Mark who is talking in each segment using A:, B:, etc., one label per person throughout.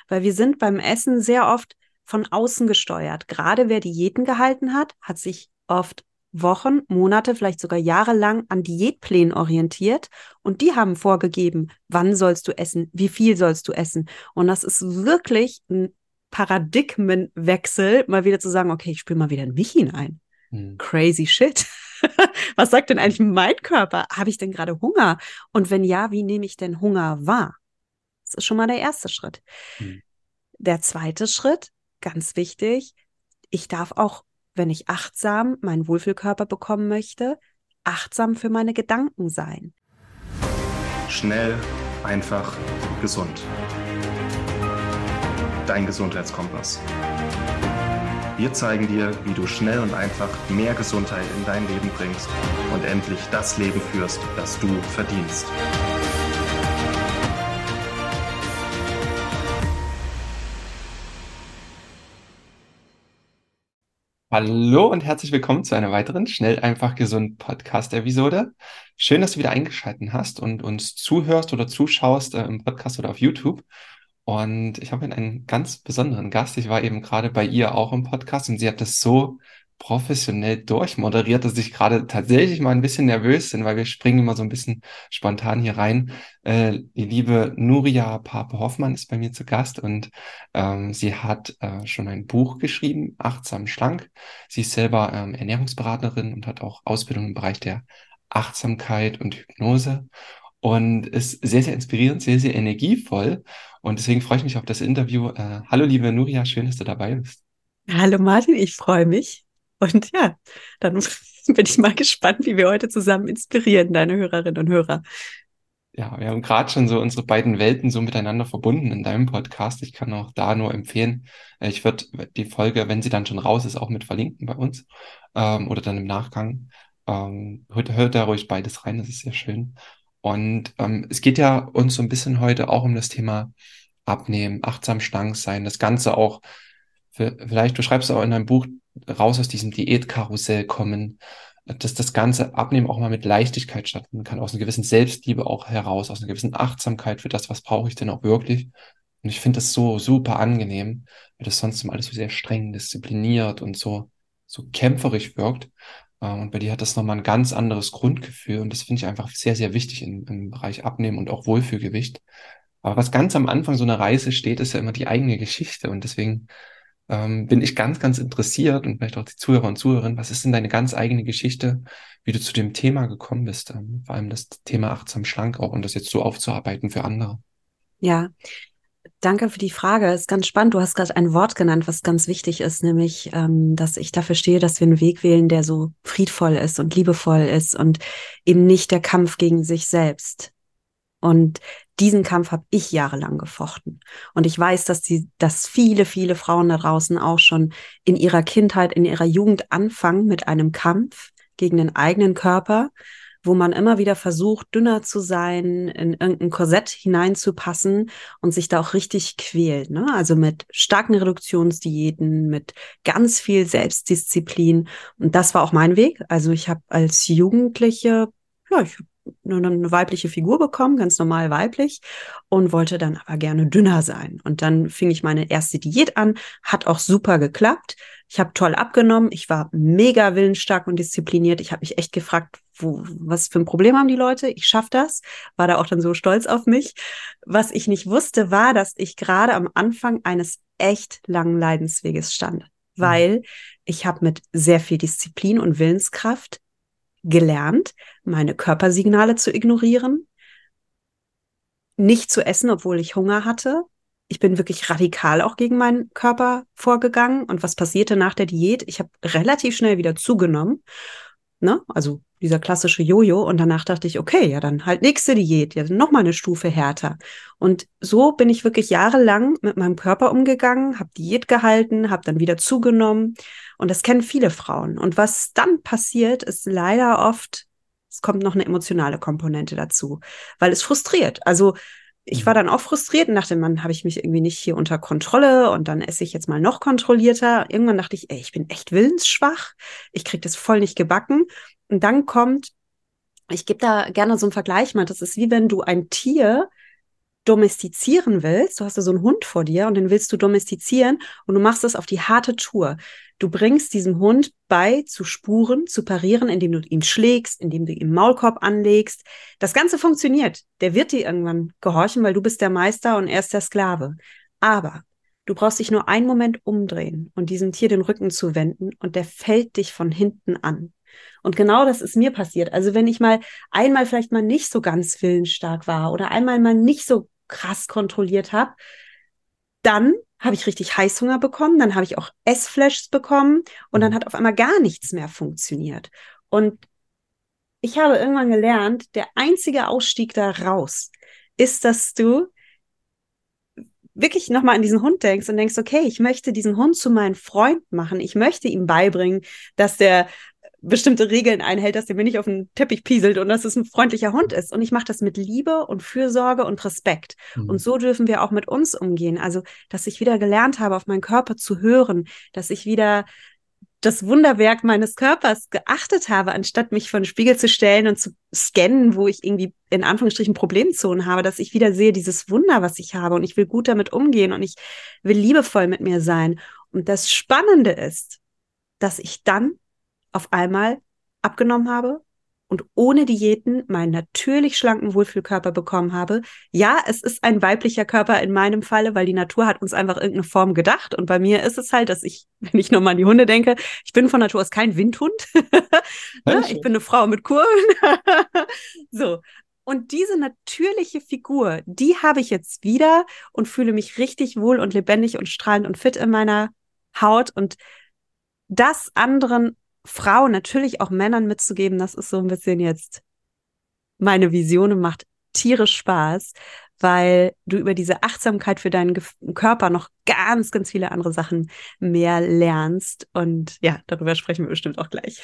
A: weil wir sind beim Essen sehr oft von außen gesteuert. Gerade wer Diäten gehalten hat, hat sich oft Wochen, Monate, vielleicht sogar jahrelang an Diätplänen orientiert und die haben vorgegeben, wann sollst du essen, wie viel sollst du essen. Und das ist wirklich ein Paradigmenwechsel, mal wieder zu sagen, okay, ich spüre mal wieder in mich hinein. Crazy shit. Was sagt denn eigentlich mein Körper? Habe ich denn gerade Hunger? Und wenn ja, wie nehme ich denn Hunger wahr? Das ist schon mal der erste Schritt.
B: Mhm.
A: Der zweite Schritt, ganz wichtig, ich darf auch, wenn ich achtsam meinen Wohlfühlkörper bekommen möchte, achtsam für meine Gedanken sein.
C: Schnell, einfach, gesund. Dein Gesundheitskompass. Wir zeigen dir, wie du schnell und einfach mehr Gesundheit in dein Leben bringst und endlich das Leben führst, das du verdienst.
B: Hallo und herzlich willkommen zu einer weiteren Schnell, einfach, gesund Podcast-Episode. Schön, dass du wieder eingeschaltet hast und uns zuhörst oder zuschaust im Podcast oder auf YouTube. Und ich habe einen ganz besonderen Gast. Ich war eben gerade bei ihr auch im Podcast und sie hat das so professionell durchmoderiert, dass ich gerade tatsächlich mal ein bisschen nervös bin, weil wir springen immer so ein bisschen spontan hier rein. Die liebe Nuria Pape-Hoffmann ist bei mir zu Gast und sie hat schon ein Buch geschrieben, Achtsam Schlank. Sie ist selber Ernährungsberaterin und hat auch Ausbildung im Bereich der Achtsamkeit und Hypnose und ist sehr, sehr inspirierend, sehr, sehr energievoll. Und deswegen freue ich mich auf das Interview. Hallo, liebe Nuria, schön, dass du dabei bist.
A: Hallo Martin, ich freue mich. Und ja, dann bin ich mal gespannt, wie wir heute zusammen inspirieren, deine Hörerinnen und Hörer.
B: Ja, wir haben gerade schon so unsere beiden Welten so miteinander verbunden in deinem Podcast. Ich kann auch da nur empfehlen, ich würde die Folge, wenn sie dann schon raus ist, auch mit verlinken bei uns oder dann im Nachgang. Hört da ruhig beides rein, das ist sehr schön. Und es geht ja uns so ein bisschen heute auch um das Thema Abnehmen, achtsam schlank sein, das Ganze auch, vielleicht, du schreibst auch in deinem Buch, raus aus diesem Diätkarussell kommen, dass das ganze Abnehmen auch mal mit Leichtigkeit stattfinden kann, aus einer gewissen Selbstliebe auch heraus, aus einer gewissen Achtsamkeit für das, was brauche ich denn auch wirklich. Und ich finde das so super angenehm, weil das sonst immer alles so sehr streng, diszipliniert und so kämpferisch wirkt. Und bei dir hat das nochmal ein ganz anderes Grundgefühl und das finde ich einfach sehr, sehr wichtig im Bereich Abnehmen und auch Wohlfühlgewicht. Aber was ganz am Anfang so einer Reise steht, ist ja immer die eigene Geschichte und deswegen bin ich ganz, ganz interessiert und vielleicht auch die Zuhörer und Zuhörerinnen, was ist denn deine ganz eigene Geschichte, wie du zu dem Thema gekommen bist, vor allem das Thema achtsam schlank auch und das jetzt so aufzuarbeiten für andere.
A: Ja, danke für die Frage. Ist ganz spannend. Du hast gerade ein Wort genannt, was ganz wichtig ist, nämlich, dass ich dafür stehe, dass wir einen Weg wählen, der so friedvoll ist und liebevoll ist und eben nicht der Kampf gegen sich selbst. Und diesen Kampf habe ich jahrelang gefochten. Und ich weiß, dass viele, viele Frauen da draußen auch schon in ihrer Kindheit, in ihrer Jugend anfangen mit einem Kampf gegen den eigenen Körper, wo man immer wieder versucht, dünner zu sein, in irgendein Korsett hineinzupassen und sich da auch richtig quält, ne? Also mit starken Reduktionsdiäten, mit ganz viel Selbstdisziplin. Und das war auch mein Weg. Also ich habe als Jugendliche, ja, ich habe eine weibliche Figur bekommen, ganz normal weiblich, und wollte dann aber gerne dünner sein. Und dann fing ich meine erste Diät an, hat auch super geklappt. Ich habe toll abgenommen, ich war mega willensstark und diszipliniert. Ich habe mich echt gefragt, was für ein Problem haben die Leute? Ich schaffe das. War da auch dann so stolz auf mich. Was ich nicht wusste, war, dass ich gerade am Anfang eines echt langen Leidensweges stand,
B: Mhm.
A: weil ich habe mit sehr viel Disziplin und Willenskraft gelernt, meine Körpersignale zu ignorieren, nicht zu essen, obwohl ich Hunger hatte. Ich bin wirklich radikal auch gegen meinen Körper vorgegangen. Und was passierte nach der Diät? Ich habe relativ schnell wieder zugenommen, ne? Also dieser klassische Jojo. Und danach dachte ich, okay, ja, dann halt nächste Diät, ja, noch mal eine Stufe härter. Und so bin ich wirklich jahrelang mit meinem Körper umgegangen, habe Diät gehalten, habe dann wieder zugenommen. Und das kennen viele Frauen. Und was dann passiert, ist leider oft, es kommt noch eine emotionale Komponente dazu, weil es frustriert. Also ich war
B: Mhm.
A: dann auch frustriert und dachte, Mann, habe ich mich irgendwie nicht hier unter Kontrolle und dann esse ich jetzt mal noch kontrollierter. Irgendwann dachte ich, ey, ich bin echt willensschwach, ich kriege das voll nicht gebacken. Und dann kommt, ich gebe da gerne so einen Vergleich mal, das ist wie wenn du ein Tier domestizieren willst, du hast ja so einen Hund vor dir und den willst du domestizieren und du machst das auf die harte Tour. Du bringst diesem Hund bei, zu spuren, zu parieren, indem du ihn schlägst, indem du ihm Maulkorb anlegst. Das Ganze funktioniert. Der wird dir irgendwann gehorchen, weil du bist der Meister und er ist der Sklave. Aber du brauchst dich nur einen Moment umdrehen und diesem Tier den Rücken zu wenden und der fällt dich von hinten an. Und genau das ist mir passiert. Also wenn ich mal einmal vielleicht mal nicht so ganz willensstark war oder einmal mal nicht so krass kontrolliert habe, dann habe ich richtig Heißhunger bekommen, dann habe ich auch Essflashs bekommen und dann hat auf einmal gar nichts mehr funktioniert. Und ich habe irgendwann gelernt, der einzige Ausstieg da raus ist, dass du wirklich nochmal an diesen Hund denkst und denkst, okay, ich möchte diesen Hund zu meinem Freund machen. Ich möchte ihm beibringen, dass der bestimmte Regeln einhält, dass der mir nicht auf den Teppich pieselt und dass es ein freundlicher Hund ist. Und ich mache das mit Liebe und Fürsorge und Respekt. Und so dürfen wir auch mit uns umgehen. Also, dass ich wieder gelernt habe, auf meinen Körper zu hören, dass ich wieder das Wunderwerk meines Körpers geachtet habe, anstatt mich vor den Spiegel zu stellen und zu scannen, wo ich irgendwie in Anführungsstrichen Problemzonen habe, dass ich wieder sehe, dieses Wunder, was ich habe und ich will gut damit umgehen und ich will liebevoll mit mir sein. Und das Spannende ist, dass ich dann auf einmal abgenommen habe und ohne Diäten meinen natürlich schlanken Wohlfühlkörper bekommen habe. Ja, es ist ein weiblicher Körper in meinem Falle, weil die Natur hat uns einfach irgendeine Form gedacht. Und bei mir ist es halt, dass ich, wenn ich nochmal an die Hunde denke, ich bin von Natur aus kein Windhund. Ne? Ich bin eine Frau mit Kurven. So. Und diese natürliche Figur, die habe ich jetzt wieder und fühle mich richtig wohl und lebendig und strahlend und fit in meiner Haut. Und das anderen Frauen, natürlich auch Männern mitzugeben, das ist so ein bisschen jetzt meine Vision und macht tierisch Spaß, weil du über diese Achtsamkeit für deinen Körper noch ganz, ganz viele andere Sachen mehr lernst. Und ja, darüber sprechen wir bestimmt auch gleich.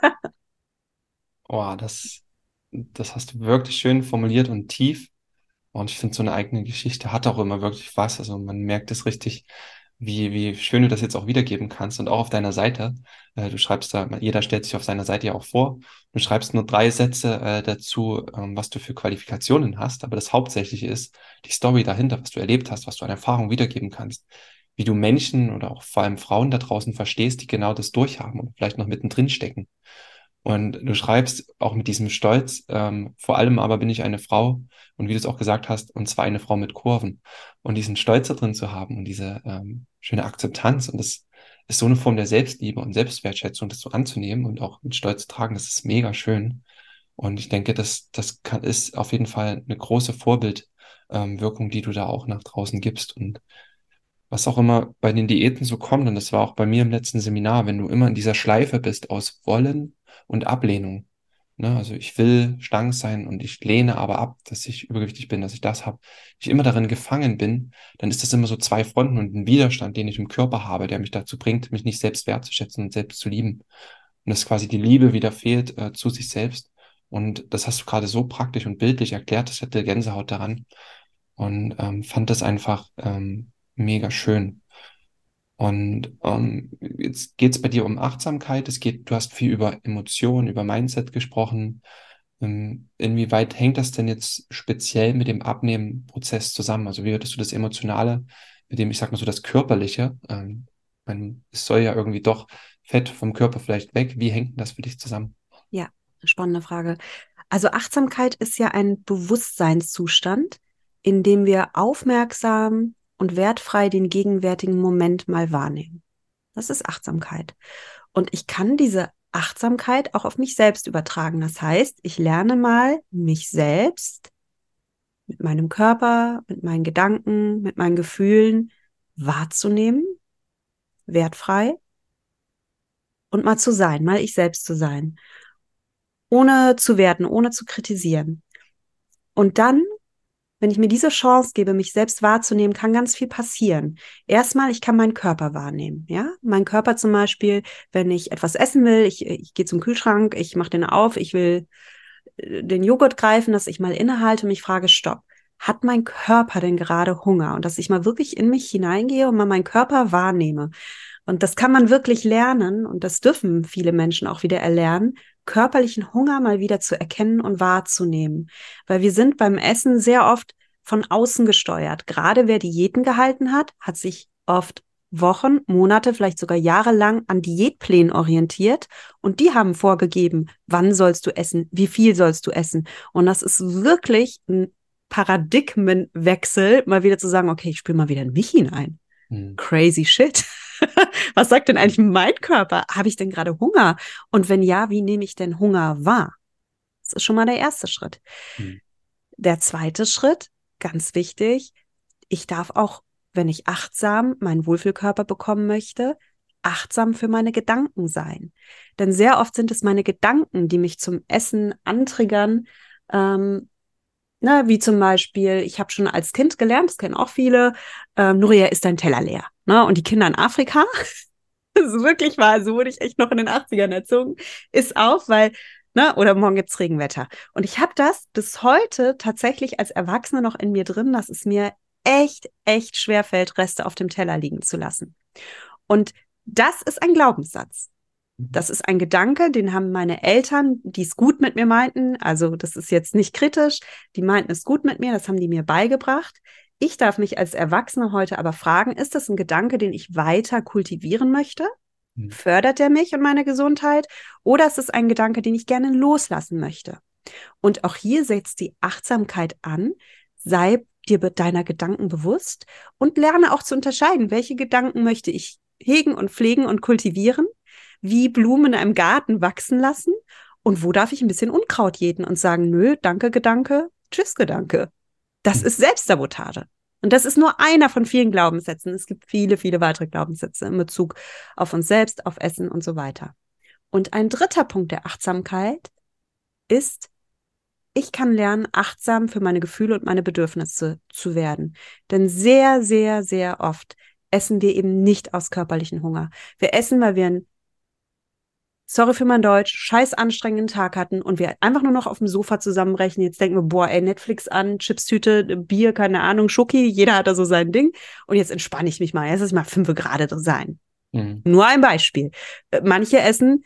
B: Oh, das hast du wirklich schön formuliert und tief. Und ich finde, so eine eigene Geschichte hat auch immer wirklich was. Also man merkt es richtig, wie schön du das jetzt auch wiedergeben kannst. Und auch auf deiner Seite, du schreibst da, jeder stellt sich auf seiner Seite ja auch vor. Du schreibst nur 3 Sätze dazu, was du für Qualifikationen hast. Aber das Hauptsächliche ist die Story dahinter, was du erlebt hast, was du an Erfahrung wiedergeben kannst. Wie du Menschen oder auch vor allem Frauen da draußen verstehst, die genau das durchhaben und vielleicht noch mittendrin stecken. Und du schreibst auch mit diesem Stolz, vor allem aber bin ich eine Frau und wie du es auch gesagt hast, und zwar eine Frau mit Kurven. Und diesen Stolz da drin zu haben und diese schöne Akzeptanz und das ist so eine Form der Selbstliebe und Selbstwertschätzung, das so anzunehmen und auch mit Stolz zu tragen, das ist mega schön. Und ich denke, ist auf jeden Fall eine große Vorbildwirkung, die du da auch nach draußen gibst. Und was auch immer bei den Diäten so kommt, und das war auch bei mir im letzten Seminar, wenn du immer in dieser Schleife bist aus Wollen und Ablehnung. Ne? Also ich will schlank sein und ich lehne aber ab, dass ich übergewichtig bin, dass ich das habe. Ich immer darin gefangen bin, dann ist das immer so 2 Fronten und ein Widerstand, den ich im Körper habe, der mich dazu bringt, mich nicht selbst wertzuschätzen und selbst zu lieben. Und dass quasi die Liebe wieder fehlt zu sich selbst. Und das hast du gerade so praktisch und bildlich erklärt, das hatte Gänsehaut daran. Und fand das einfach mega schön. Und jetzt geht es bei dir um Achtsamkeit. Du hast viel über Emotionen, über Mindset gesprochen. Inwieweit hängt das denn jetzt speziell mit dem Abnehmen-Prozess zusammen? Also wie würdest du das Emotionale mit dem, ich sag mal so, das Körperliche? Es soll ja irgendwie doch Fett vom Körper vielleicht weg. Wie hängt denn das für dich zusammen?
A: Ja, spannende Frage. Also Achtsamkeit ist ja ein Bewusstseinszustand, in dem wir aufmerksam und wertfrei den gegenwärtigen Moment mal wahrnehmen. Das ist Achtsamkeit. Und ich kann diese Achtsamkeit auch auf mich selbst übertragen. Das heißt, ich lerne mal, mich selbst mit meinem Körper, mit meinen Gedanken, mit meinen Gefühlen wahrzunehmen, wertfrei und mal zu sein, mal ich selbst zu sein, ohne zu werten, ohne zu kritisieren. Und dann, wenn ich mir diese Chance gebe, mich selbst wahrzunehmen, kann ganz viel passieren. Erstmal, ich kann meinen Körper wahrnehmen. Ja, mein Körper zum Beispiel, wenn ich etwas essen will, ich gehe zum Kühlschrank, ich mache den auf, ich will den Joghurt greifen, dass ich mal innehalte und mich frage, stopp, hat mein Körper denn gerade Hunger? Und dass ich mal wirklich in mich hineingehe und mal meinen Körper wahrnehme. Und das kann man wirklich lernen und das dürfen viele Menschen auch wieder erlernen, körperlichen Hunger mal wieder zu erkennen und wahrzunehmen. Weil wir sind beim Essen sehr oft von außen gesteuert. Gerade wer Diäten gehalten hat, hat sich oft Wochen, Monate, vielleicht sogar jahrelang an Diätplänen orientiert und die haben vorgegeben, wann sollst du essen, wie viel sollst du essen. Und das ist wirklich ein Paradigmenwechsel, mal wieder zu sagen, okay, ich spüre mal wieder in mich hinein. Crazy shit. Was sagt denn eigentlich mein Körper? Habe ich denn gerade Hunger? Und wenn ja, wie nehme ich denn Hunger wahr? Das ist schon mal der erste Schritt. Der zweite Schritt, ganz wichtig, ich darf auch, wenn ich achtsam meinen Wohlfühlkörper bekommen möchte, achtsam für meine Gedanken sein. Denn sehr oft sind es meine Gedanken, die mich zum Essen antriggern. Wie zum Beispiel, ich habe schon als Kind gelernt, das kennen auch viele, Nuria, ist dein Teller leer. Ne? Und die Kinder in Afrika, das ist wirklich wahr, so wurde ich echt noch in den 80ern erzogen, ist auf, weil, oder morgen gibt's Regenwetter. Und ich habe das bis heute tatsächlich als Erwachsene noch in mir drin, dass es mir echt schwerfällt, Reste auf dem Teller liegen zu lassen. Und das ist ein Glaubenssatz. Das ist ein Gedanke, den haben meine Eltern, die es gut mit mir meinten, also das ist jetzt nicht kritisch, die meinten es gut mit mir, das haben die mir beigebracht. Ich darf mich als Erwachsene heute aber fragen, ist das ein Gedanke, den ich weiter kultivieren möchte? Fördert der mich und meine Gesundheit? Oder ist es ein Gedanke, den ich gerne loslassen möchte? Und auch hier setzt die Achtsamkeit an, sei dir deiner Gedanken bewusst und lerne auch zu unterscheiden, welche Gedanken möchte ich hegen und pflegen und kultivieren, wie Blumen in einem Garten wachsen lassen und wo darf ich ein bisschen Unkraut jäten und sagen, nö, danke Gedanke, tschüss Gedanke. Das ist Selbstsabotage. Und das ist nur einer von vielen Glaubenssätzen. Es gibt viele weitere Glaubenssätze in Bezug auf uns selbst, auf Essen und so weiter. Und ein dritter Punkt der Achtsamkeit ist, ich kann lernen, achtsam für meine Gefühle und meine Bedürfnisse zu werden. Denn sehr oft essen wir eben nicht aus körperlichen Hunger. Wir essen, weil wir einen, sorry für mein Deutsch, scheiß anstrengenden Tag hatten und wir einfach nur noch auf dem Sofa zusammenbrechen. Jetzt denken wir, boah, ey, Netflix an, Chipstüte, Bier, keine Ahnung, Schoki, jeder hat da so sein Ding. Und jetzt entspanne ich mich mal. Jetzt ist mal 5 Grad sein. Nur ein Beispiel. Manche essen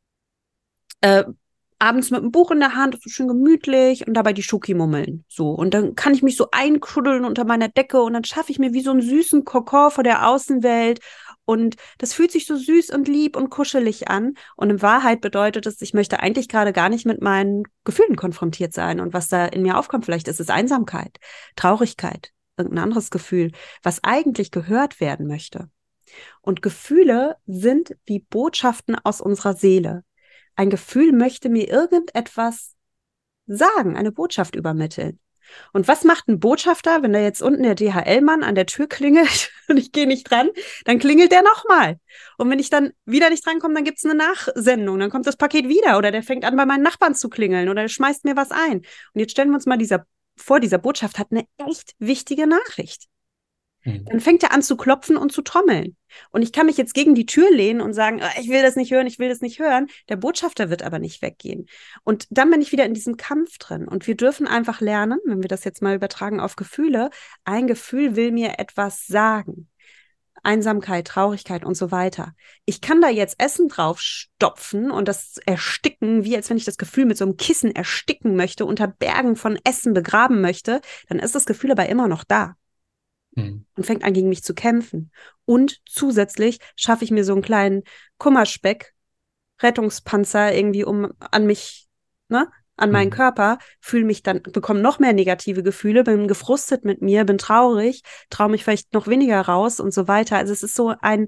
A: abends mit einem Buch in der Hand, so schön gemütlich und dabei die Schoki mummeln. So. Und dann kann ich mich so einkuddeln unter meiner Decke und dann schaffe ich mir wie so einen süßen Kokon vor der Außenwelt. Und das fühlt sich so süß und lieb und kuschelig an. Und in Wahrheit bedeutet es, ich möchte eigentlich gerade gar nicht mit meinen Gefühlen konfrontiert sein. Und was da in mir aufkommt, vielleicht ist es Einsamkeit, Traurigkeit, irgendein anderes Gefühl, was eigentlich gehört werden möchte. Und Gefühle sind wie Botschaften aus unserer Seele. Ein Gefühl möchte mir irgendetwas sagen, eine Botschaft übermitteln. Und was macht ein Botschafter, wenn da jetzt unten der DHL-Mann an der Tür klingelt und ich gehe nicht dran, dann klingelt der nochmal. Und wenn ich dann wieder nicht drankomme, dann gibt's eine Nachsendung, dann kommt das Paket wieder oder der fängt an, bei meinen Nachbarn zu klingeln oder der schmeißt mir was ein. Und jetzt stellen wir uns mal vor, dieser Botschaft hat eine echt wichtige Nachricht. Dann fängt er an zu klopfen und zu trommeln. Und ich kann mich jetzt gegen die Tür lehnen und sagen, ich will das nicht hören, ich will das nicht hören. Der Botschafter wird aber nicht weggehen. Und dann bin ich wieder in diesem Kampf drin. Und wir dürfen einfach lernen, wenn wir das jetzt mal übertragen auf Gefühle, ein Gefühl will mir etwas sagen. Einsamkeit, Traurigkeit und so weiter. Ich kann da jetzt Essen drauf stopfen und das ersticken, wie als wenn ich das Gefühl mit so einem Kissen ersticken möchte, unter Bergen von Essen begraben möchte. Dann ist das Gefühl aber immer noch da. Und fängt an, gegen mich zu kämpfen. Und zusätzlich schaffe ich mir so einen kleinen Kummerspeck, Rettungspanzer irgendwie an mich, an meinen Körper, fühle mich dann, bekomme noch mehr negative Gefühle, bin gefrustet mit mir, bin traurig, traue mich vielleicht noch weniger raus und so weiter. Also es ist so eine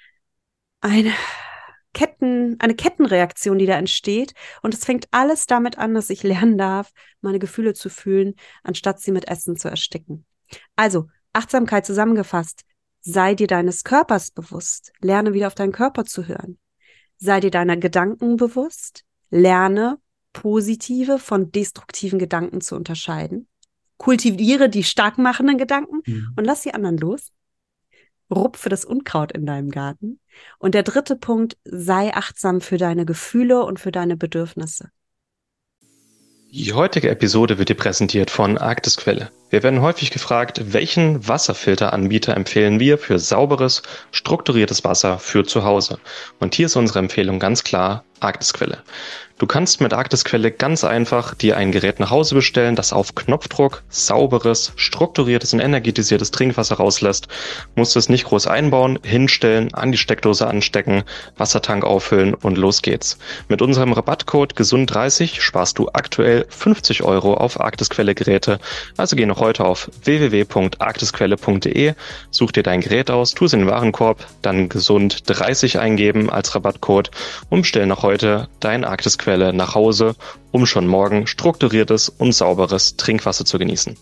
A: Kettenreaktion, die da entsteht. Und es fängt alles damit an, dass ich lernen darf, meine Gefühle zu fühlen, anstatt sie mit Essen zu ersticken. Also, Achtsamkeit zusammengefasst, sei dir deines Körpers bewusst, lerne wieder auf deinen Körper zu hören. Sei dir deiner Gedanken bewusst, lerne positive von destruktiven Gedanken zu unterscheiden. Kultiviere die stark machenden Gedanken und lass die anderen los. Rupfe das Unkraut in deinem Garten. Und der dritte Punkt, sei achtsam für deine Gefühle und für deine Bedürfnisse.
C: Die heutige Episode wird dir präsentiert von Arktisquelle. Wir werden häufig gefragt, welchen Wasserfilteranbieter empfehlen wir für sauberes, strukturiertes Wasser für zu Hause. Und hier ist unsere Empfehlung ganz klar
D: Arktisquelle. Du kannst mit Arktisquelle ganz einfach dir ein Gerät nach Hause bestellen, das auf Knopfdruck sauberes, strukturiertes und energetisiertes Trinkwasser rauslässt. Musst es nicht groß einbauen, hinstellen, an die Steckdose anstecken, Wassertank auffüllen und los geht's. Mit unserem Rabattcode GESUND30 sparst du aktuell 50 € auf Arktisquelle-Geräte. Also geh noch heute auf www.arktisquelle.de, such dir dein Gerät aus, tu es in den Warenkorb, dann GESUND30 eingeben als Rabattcode und bestell noch heute dein Arktisquelle nach Hause, um schon morgen strukturiertes und sauberes Trinkwasser zu genießen.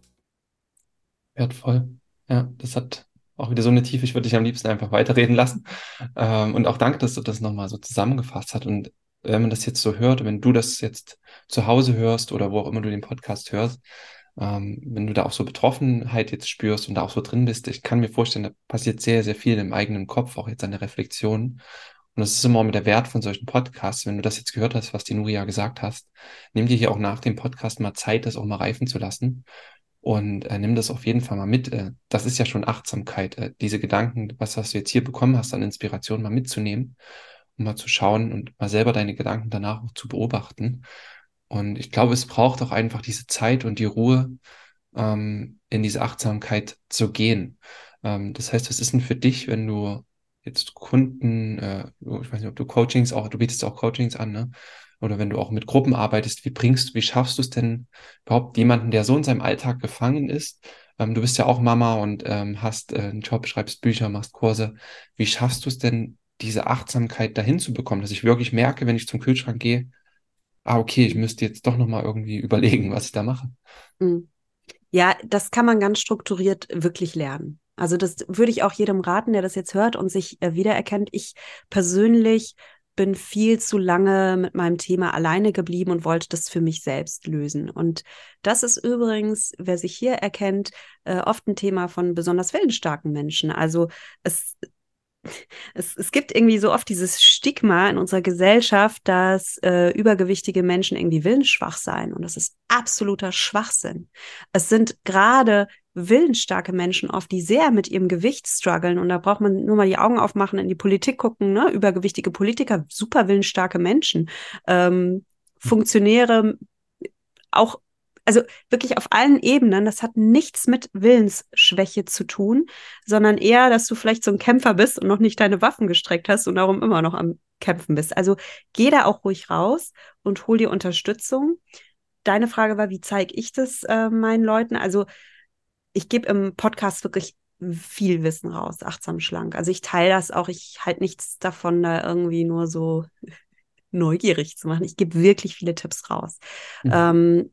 B: Wertvoll. Ja, das hat auch wieder so eine Tiefe. Ich würde dich am liebsten einfach weiterreden lassen. Und auch danke, dass du das nochmal so zusammengefasst hast. Und wenn man das jetzt so hört, wenn du das jetzt zu Hause hörst oder wo auch immer du den Podcast hörst, wenn du da auch so Betroffenheit jetzt spürst und da auch so drin bist, ich kann mir vorstellen, da passiert sehr, sehr viel im eigenen Kopf, auch jetzt an der Reflexion. Und das ist immer auch mit der Wert von solchen Podcasts. Wenn du das jetzt gehört hast, was die Nuria gesagt hast, nimm dir hier auch nach dem Podcast mal Zeit, das auch mal reifen zu lassen. Und nimm das auf jeden Fall mal mit. Das ist ja schon Achtsamkeit, diese Gedanken, was du jetzt hier bekommen hast an Inspiration, mal mitzunehmen und mal zu schauen und mal selber deine Gedanken danach auch zu beobachten. Und ich glaube, es braucht auch einfach diese Zeit und die Ruhe, in diese Achtsamkeit zu gehen. Das heißt, was ist denn für dich, wenn du jetzt Kunden, ich weiß nicht, ob du du bietest auch Coachings an, ne? Oder wenn du auch mit Gruppen arbeitest, wie schaffst du es denn überhaupt jemanden, der so in seinem Alltag gefangen ist? Du bist ja auch Mama und hast einen Job, schreibst Bücher, machst Kurse. Wie schaffst du es denn, diese Achtsamkeit dahin zu bekommen, dass ich wirklich merke, wenn ich zum Kühlschrank gehe, okay, ich müsste jetzt doch nochmal irgendwie überlegen, was ich da mache.
A: Mhm. Ja, das kann man ganz strukturiert wirklich lernen. Also das würde ich auch jedem raten, der das jetzt hört und sich wiedererkennt. Ich persönlich bin viel zu lange mit meinem Thema alleine geblieben und wollte das für mich selbst lösen. Und das ist übrigens, wer sich hier erkennt, oft ein Thema von besonders willensstarken Menschen. Also es gibt irgendwie so oft dieses Stigma in unserer Gesellschaft, dass übergewichtige Menschen irgendwie willensschwach seien. Und das ist absoluter Schwachsinn. Es sind gerade willensstarke Menschen oft, die sehr mit ihrem Gewicht strugglen. Und da braucht man nur mal die Augen aufmachen, in die Politik gucken, ne? Übergewichtige Politiker, super willensstarke Menschen. Funktionäre, auch, also wirklich auf allen Ebenen, das hat nichts mit Willensschwäche zu tun, sondern eher, dass du vielleicht so ein Kämpfer bist und noch nicht deine Waffen gestreckt hast und darum immer noch am Kämpfen bist. Also geh da auch ruhig raus und hol dir Unterstützung. Deine Frage war, wie zeige ich das meinen Leuten? Also ich gebe im Podcast wirklich viel Wissen raus, achtsam schlank. Also ich teile das auch, ich halte nichts davon, da irgendwie nur so neugierig zu machen. Ich gebe wirklich viele Tipps raus.
B: Mhm.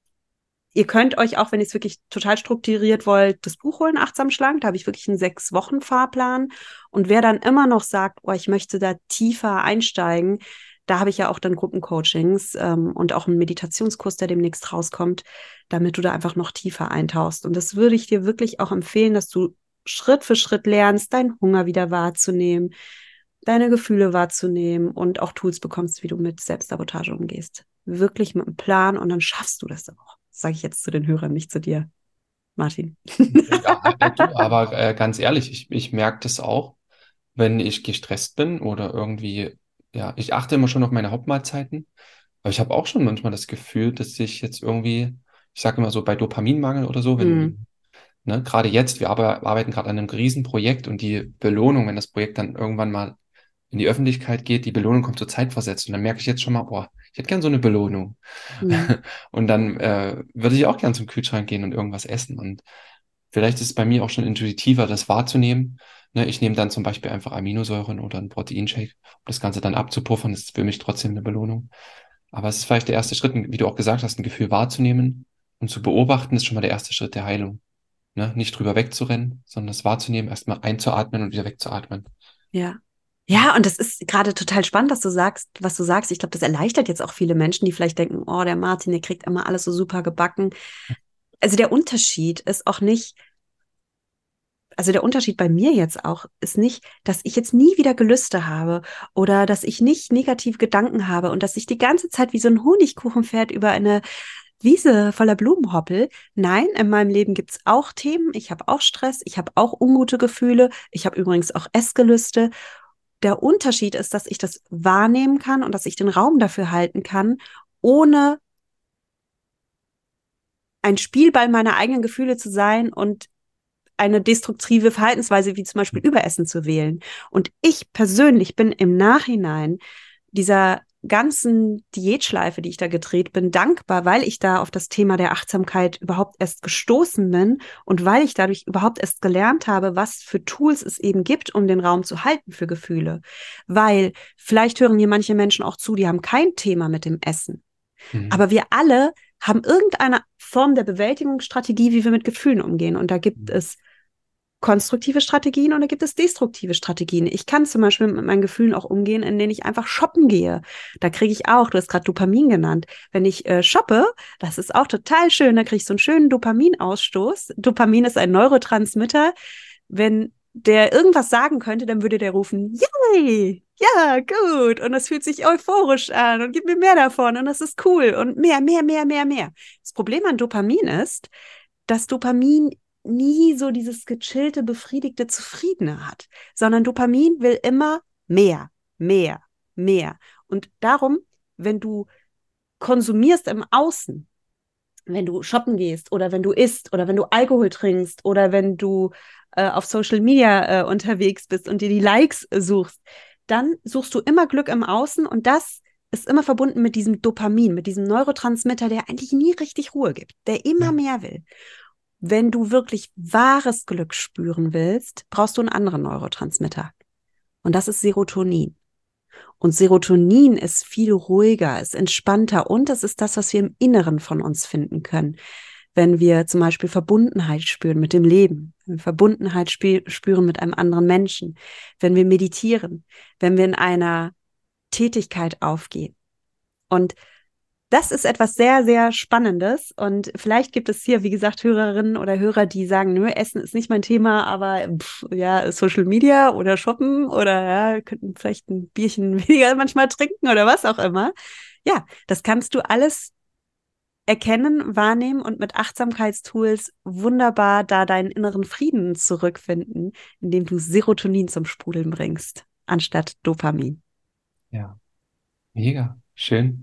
A: Ihr könnt euch auch, wenn ihr es wirklich total strukturiert wollt, das Buch holen, Achtsam Schlank. Da habe ich wirklich einen 6-Wochen-Fahrplan. Und wer dann immer noch sagt, oh, ich möchte da tiefer einsteigen, da habe ich ja auch dann Gruppencoachings und auch einen Meditationskurs, der demnächst rauskommt, damit du da einfach noch tiefer eintauchst. Und das würde ich dir wirklich auch empfehlen, dass du Schritt für Schritt lernst, deinen Hunger wieder wahrzunehmen, deine Gefühle wahrzunehmen und auch Tools bekommst, wie du mit Selbstsabotage umgehst. Wirklich mit einem Plan und dann schaffst du das auch. Das sage ich jetzt zu den Hörern, nicht zu dir, Martin.
B: Ja, du, aber ganz ehrlich, ich merke das auch, wenn ich gestresst bin oder irgendwie, ja, ich achte immer schon auf meine Hauptmahlzeiten, aber ich habe auch schon manchmal das Gefühl, dass ich jetzt irgendwie, ich sage immer so bei Dopaminmangel oder so, wenn, ne, gerade jetzt, wir arbeiten gerade an einem Riesenprojekt und die Belohnung, wenn das Projekt dann irgendwann mal in die Öffentlichkeit geht, die Belohnung kommt so zeitversetzt und dann merke ich jetzt schon mal, boah, ich hätte gern so eine Belohnung. Und dann würde ich auch gern zum Kühlschrank gehen und irgendwas essen. Und vielleicht ist es bei mir auch schon intuitiver, das wahrzunehmen. Ne, ich nehme dann zum Beispiel einfach Aminosäuren oder einen Proteinshake, um das Ganze dann abzupuffern. Das ist für mich trotzdem eine Belohnung. Aber es ist vielleicht der erste Schritt, wie du auch gesagt hast, ein Gefühl wahrzunehmen und zu beobachten, ist schon mal der erste Schritt der Heilung. Ne? Nicht drüber wegzurennen, sondern das wahrzunehmen, erstmal einzuatmen und wieder wegzuatmen.
A: Ja. Ja, und das ist gerade total spannend, dass du sagst, was du sagst. Ich glaube, das erleichtert jetzt auch viele Menschen, die vielleicht denken, oh, der Martin, der kriegt immer alles so super gebacken. Also der Unterschied ist auch nicht, also der Unterschied bei mir jetzt auch ist nicht, dass ich jetzt nie wieder Gelüste habe oder dass ich nicht negative Gedanken habe und dass ich die ganze Zeit wie so ein Honigkuchenpferd über eine Wiese voller Blumen hoppel. Nein, in meinem Leben gibt's auch Themen. Ich habe auch Stress, ich habe auch ungute Gefühle. Ich habe übrigens auch Essgelüste. der Unterschied ist, dass ich das wahrnehmen kann und dass ich den Raum dafür halten kann, ohne ein Spielball meiner eigenen Gefühle zu sein und eine destruktive Verhaltensweise wie zum Beispiel Überessen zu wählen. Und ich persönlich bin im Nachhinein dieser ganzen Diätschleife, die ich da gedreht bin, dankbar, weil ich da auf das Thema der Achtsamkeit überhaupt erst gestoßen bin und weil ich dadurch überhaupt erst gelernt habe, was für Tools es eben gibt, um den Raum zu halten für Gefühle. Weil vielleicht hören hier manche Menschen auch zu, die haben kein Thema mit dem Essen. Aber wir alle haben irgendeine Form der Bewältigungsstrategie, wie wir mit Gefühlen umgehen. Und da gibt es konstruktive Strategien und da gibt es destruktive Strategien. Ich kann zum Beispiel mit meinen Gefühlen auch umgehen, in denen ich einfach shoppen gehe. Da kriege ich auch, du hast gerade Dopamin genannt, wenn ich shoppe, das ist auch total schön, da kriege ich so einen schönen Dopaminausstoß. Dopamin ist ein Neurotransmitter. Wenn der irgendwas sagen könnte, dann würde der rufen, yay, ja, gut. Und das fühlt sich euphorisch an und gibt mir mehr davon und das ist cool und mehr. Das Problem an Dopamin ist, dass Dopamin nie so dieses gechillte, befriedigte, zufriedene hat, sondern Dopamin will immer mehr. Und darum, wenn du konsumierst im Außen, wenn du shoppen gehst oder wenn du isst oder wenn du Alkohol trinkst oder wenn du auf Social Media unterwegs bist und dir die Likes suchst, dann suchst du immer Glück im Außen und das ist immer verbunden mit diesem Dopamin, mit diesem Neurotransmitter, der eigentlich nie richtig Ruhe gibt, der immer mehr will. Wenn du wirklich wahres Glück spüren willst, brauchst du einen anderen Neurotransmitter. Und das ist Serotonin. Und Serotonin ist viel ruhiger, ist entspannter und das ist das, was wir im Inneren von uns finden können. Wenn wir zum Beispiel Verbundenheit spüren mit dem Leben, wenn wir Verbundenheit spüren mit einem anderen Menschen, wenn wir meditieren, wenn wir in einer Tätigkeit aufgehen. Und das ist etwas sehr, sehr Spannendes und vielleicht gibt es hier, wie gesagt, Hörerinnen oder Hörer, die sagen, nö, Essen ist nicht mein Thema, aber Social Media oder Shoppen oder könnten vielleicht ein Bierchen weniger manchmal trinken oder was auch immer. Ja, das kannst du alles erkennen, wahrnehmen und mit Achtsamkeitstools wunderbar da deinen inneren Frieden zurückfinden, indem du Serotonin zum Sprudeln bringst, anstatt Dopamin.
B: Ja, mega, schön.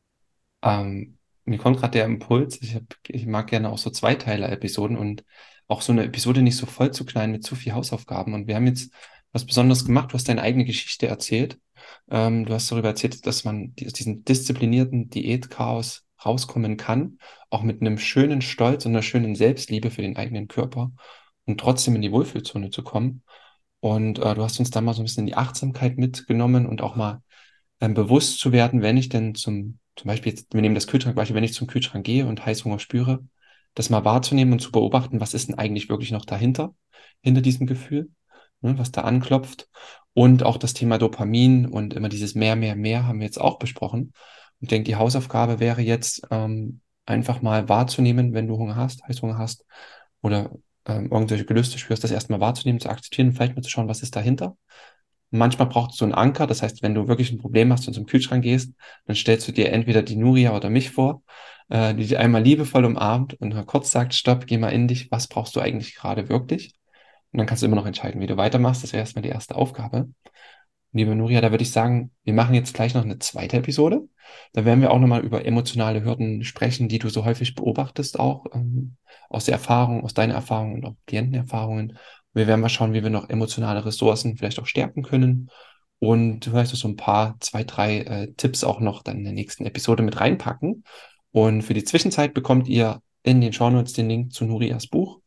B: Mir kommt gerade der Impuls, ich mag gerne auch so Zweiteiler-Episoden und auch so eine Episode nicht so voll zu klein mit zu viel Hausaufgaben. Und wir haben jetzt was Besonderes gemacht. Du hast deine eigene Geschichte erzählt. Du hast darüber erzählt, dass man aus diesem disziplinierten Diätchaos rauskommen kann, auch mit einem schönen Stolz und einer schönen Selbstliebe für den eigenen Körper und trotzdem in die Wohlfühlzone zu kommen. Und du hast uns da mal so ein bisschen in die Achtsamkeit mitgenommen und auch mal bewusst zu werden, wenn ich denn zum Beispiel jetzt, wir nehmen das Kühlschrankbeispiel, wenn ich zum Kühlschrank gehe und Heißhunger spüre, das mal wahrzunehmen und zu beobachten, was ist denn eigentlich wirklich noch dahinter, hinter diesem Gefühl, ne, was da anklopft. Und auch das Thema Dopamin und immer dieses mehr haben wir jetzt auch besprochen. Und ich denke, die Hausaufgabe wäre jetzt einfach mal wahrzunehmen, wenn du Hunger hast, Heißhunger hast oder irgendwelche Gelüste spürst, das erstmal wahrzunehmen, zu akzeptieren und vielleicht mal zu schauen, was ist dahinter. Manchmal braucht es so einen Anker, das heißt, wenn du wirklich ein Problem hast und zum Kühlschrank gehst, dann stellst du dir entweder die Nuria oder mich vor, die dich einmal liebevoll umarmt und mal kurz sagt, stopp, geh mal in dich, was brauchst du eigentlich gerade wirklich? Und dann kannst du immer noch entscheiden, wie du weitermachst. Das wäre erstmal die erste Aufgabe. Liebe Nuria, da würde ich sagen, wir machen jetzt gleich noch eine zweite Episode. Da werden wir auch nochmal über emotionale Hürden sprechen, die du so häufig beobachtest, auch aus der Erfahrung, aus deiner Erfahrung und auch Klientenerfahrungen. Wir werden mal schauen, wie wir noch emotionale Ressourcen vielleicht auch stärken können und vielleicht so ein paar, 2, 3 Tipps auch noch dann in der nächsten Episode mit reinpacken. Und für die Zwischenzeit bekommt ihr in den Shownotes den Link zu Nurias Buch.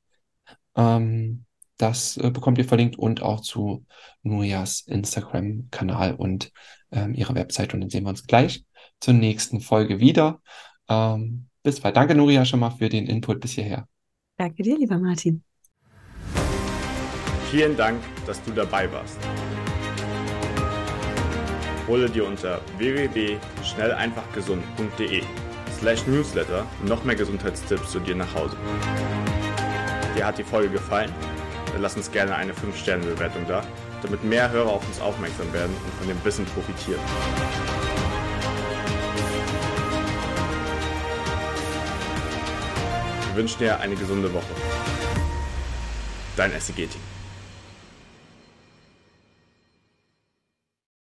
B: Das bekommt ihr verlinkt und auch zu Nurias Instagram-Kanal und ihrer Website. Und dann sehen wir uns gleich zur nächsten Folge wieder. Bis bald. Danke, Nuria, schon mal für den Input bis hierher.
A: Danke dir, lieber Martin.
E: Vielen Dank, dass du dabei warst. Hole dir unter www.schnelleinfachgesund.de/Newsletter noch mehr Gesundheitstipps zu dir nach Hause. Dir hat die Folge gefallen? Dann lass uns gerne eine 5-Sterne-Bewertung da, damit mehr Hörer auf uns aufmerksam werden und von dem Wissen profitieren. Wir wünschen dir eine gesunde Woche. Dein SEG-Team.